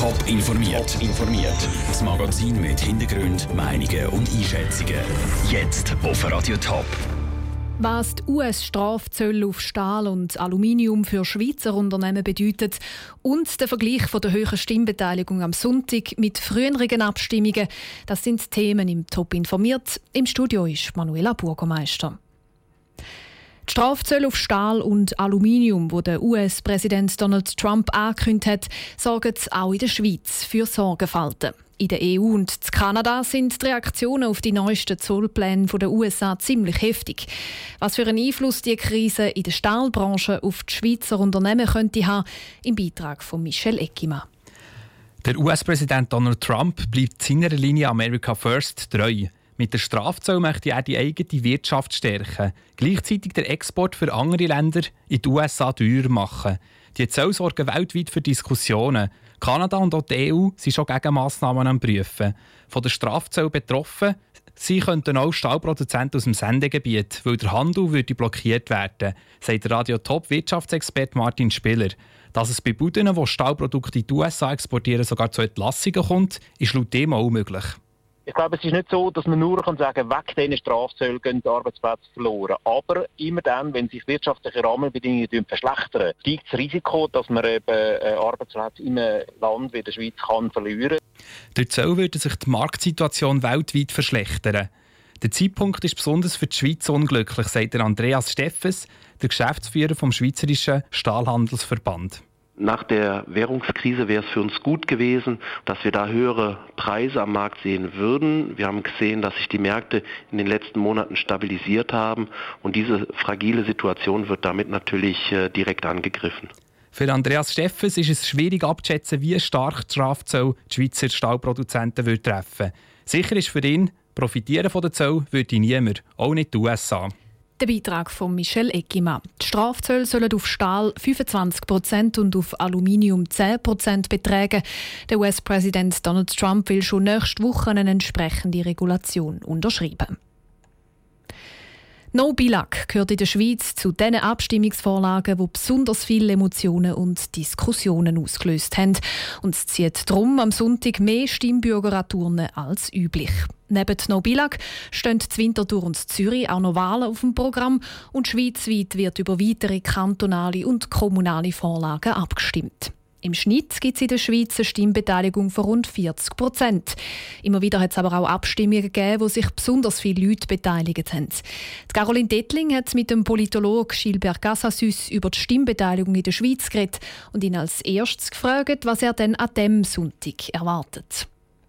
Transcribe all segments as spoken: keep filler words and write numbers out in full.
Top informiert. informiert. Das Magazin mit Hintergrund, Meinungen und Einschätzungen. Jetzt auf Radio Top. Was die U S-Strafzölle auf Stahl und Aluminium für Schweizer Unternehmen bedeutet und der Vergleich von der höheren Stimmbeteiligung am Sonntag mit früheren Abstimmungen, das sind Themen im Top informiert. Im Studio ist Manuela Burgermeister. Die Strafzölle auf Stahl und Aluminium, die der U S-Präsident Donald Trump angekündigt hat, sorgen auch in der Schweiz für Sorgenfalten. In der E U und in Kanada sind die Reaktionen auf die neuesten Zollpläne der U S A ziemlich heftig. Was für einen Einfluss die Krise in der Stahlbranche auf die Schweizer Unternehmen könnte haben, im Beitrag von Michel Eckimann. Der U S-Präsident Donald Trump bleibt seiner Linie America First treu. Mit der Strafzoll möchte er die eigene Wirtschaft stärken, gleichzeitig den Export für andere Länder in die U S A teurer machen. Die Zölle sorgen weltweit für Diskussionen. Kanada und auch die E U sind schon Gegenmassnahmen am Prüfen. Von der Strafzölle betroffen sie könnten auch Stahlproduzenten aus dem Sendegebiet, weil der Handel würde blockiert werden, sagt der Radio Top Wirtschaftsexperte Martin Spiller. Dass es bei Buden, die Stahlprodukte in die U S A exportieren, sogar zu Entlassungen kommt, ist laut dem auch möglich. Ich glaube, es ist nicht so, dass man nur sagen kann, weg diesen Strafzöllen gehen die Arbeitsplätze verloren. Aber immer dann, wenn sich wirtschaftliche Rahmenbedingungen verschlechtern, steigt das Risiko, dass man eben Arbeitsplätze in einem Land wie der Schweiz kann verlieren kann. Durch Zölle würde sich die Marktsituation weltweit verschlechtern. Der Zeitpunkt ist besonders für die Schweiz unglücklich, sagt Andreas Steffens, der Geschäftsführer vom Schweizerischen Stahlhandelsverband. Nach der Währungskrise wäre es für uns gut gewesen, dass wir da höhere Preise am Markt sehen würden. Wir haben gesehen, dass sich die Märkte in den letzten Monaten stabilisiert haben und diese fragile Situation wird damit natürlich äh, direkt angegriffen. Für Andreas Steffens ist es schwierig abzuschätzen, wie stark die Strafzölle die Schweizer Stahlproduzenten treffen würde. Sicher ist für ihn, profitieren von den Zöllen würde niemand, auch nicht die U S A. Der Beitrag von Michel Eckimann. Die Strafzölle sollen auf Stahl fünfundzwanzig Prozent und auf Aluminium zehn Prozent betragen. Der U S-Präsident Donald Trump will schon nächste Woche eine entsprechende Regulation unterschreiben. No Billag gehört in der Schweiz zu den Abstimmungsvorlagen, die besonders viele Emotionen und Diskussionen ausgelöst haben. Und es zieht darum am Sonntag mehr Stimmbürger an die Urne als üblich. Neben No Billag stehen in Winterthur und Zürich auch noch Wahlen auf dem Programm und schweizweit wird über weitere kantonale und kommunale Vorlagen abgestimmt. Im Schnitt gibt es in der Schweiz eine Stimmbeteiligung von rund vierzig Prozent. Immer wieder hat es aber auch Abstimmungen gegeben, wo sich besonders viele Leute beteiligt haben. Die Caroline Dettling hat mit dem Politologen Gilbert Casassus über die Stimmbeteiligung in der Schweiz geredet und ihn als erstes gefragt, was er denn an diesem Sonntag erwartet.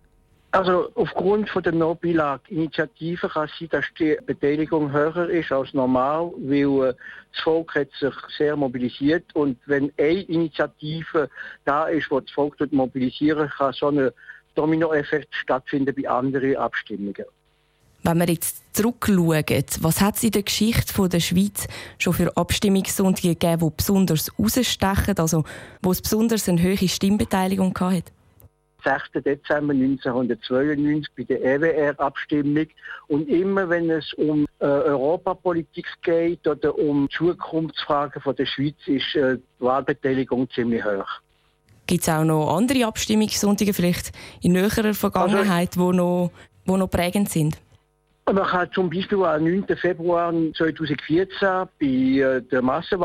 Also aufgrund von der No-Billag-Initiative kann es sein, dass die Beteiligung höher ist als normal, weil äh, das Volk hat sich sehr mobilisiert und wenn eine Initiative da ist, die das Volk mobilisieren kann, so ein Dominoeffekt stattfinden bei anderen Abstimmungen. Wenn wir jetzt zurückschauen, was hat es in der Geschichte der Schweiz schon für Abstimmungssonntage gegeben, die besonders herausstechen, also wo es besonders eine hohe Stimmbeteiligung hatte? sechsten Dezember neunzehnhundertzweiundneunzig bei der E W R-Abstimmung. Und immer wenn es um äh, Europapolitik geht oder um Zukunftsfragen von der Schweiz, ist äh, die Wahlbeteiligung ziemlich hoch. Gibt es auch noch andere Abstimmungssonntage, vielleicht in näherer Vergangenheit, die also, noch, wo noch prägend sind? Man kann zum Beispiel am neunten Februar zweitausendvierzehn bei äh, der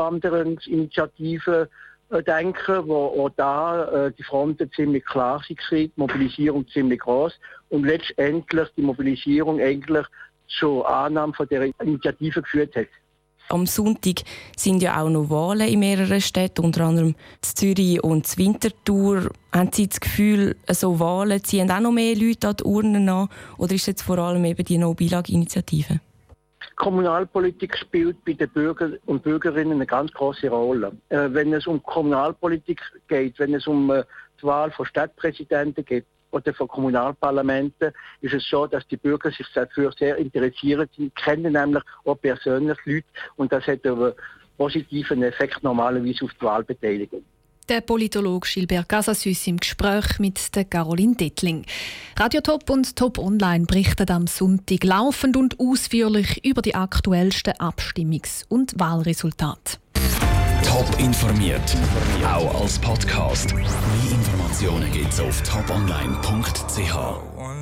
Massenwanderungsinitiative denken, wo auch da äh, die Fronten ziemlich klar sind, die Mobilisierung ziemlich groß und letztendlich die Mobilisierung eigentlich zur Annahme von der Initiative geführt hat. Am Sonntag sind ja auch noch Wahlen in mehreren Städten, unter anderem in Zürich und in Winterthur. Haben Sie das Gefühl, so Wahlen ziehen auch noch mehr Leute an die Urnen an oder ist es jetzt vor allem eben die No-Billag-Initiative? Kommunalpolitik spielt bei den Bürgern und Bürgerinnen eine ganz große Rolle. Äh, wenn es um Kommunalpolitik geht, wenn es um äh, die Wahl von Stadtpräsidenten geht oder von Kommunalparlamenten, ist es so, dass die Bürger sich dafür sehr interessieren. Sie kennen nämlich auch persönlich Leute und das hat einen positiven Effekt normalerweise auf die Wahlbeteiligung. Der Politologe Gilbert Casassus im Gespräch mit der Caroline Dettling. Radio Top und Top Online berichten am Sonntag laufend und ausführlich über die aktuellsten Abstimmungs- und Wahlresultate. Top informiert, auch als Podcast. Mehr Informationen gibt's auf top online punkt c h.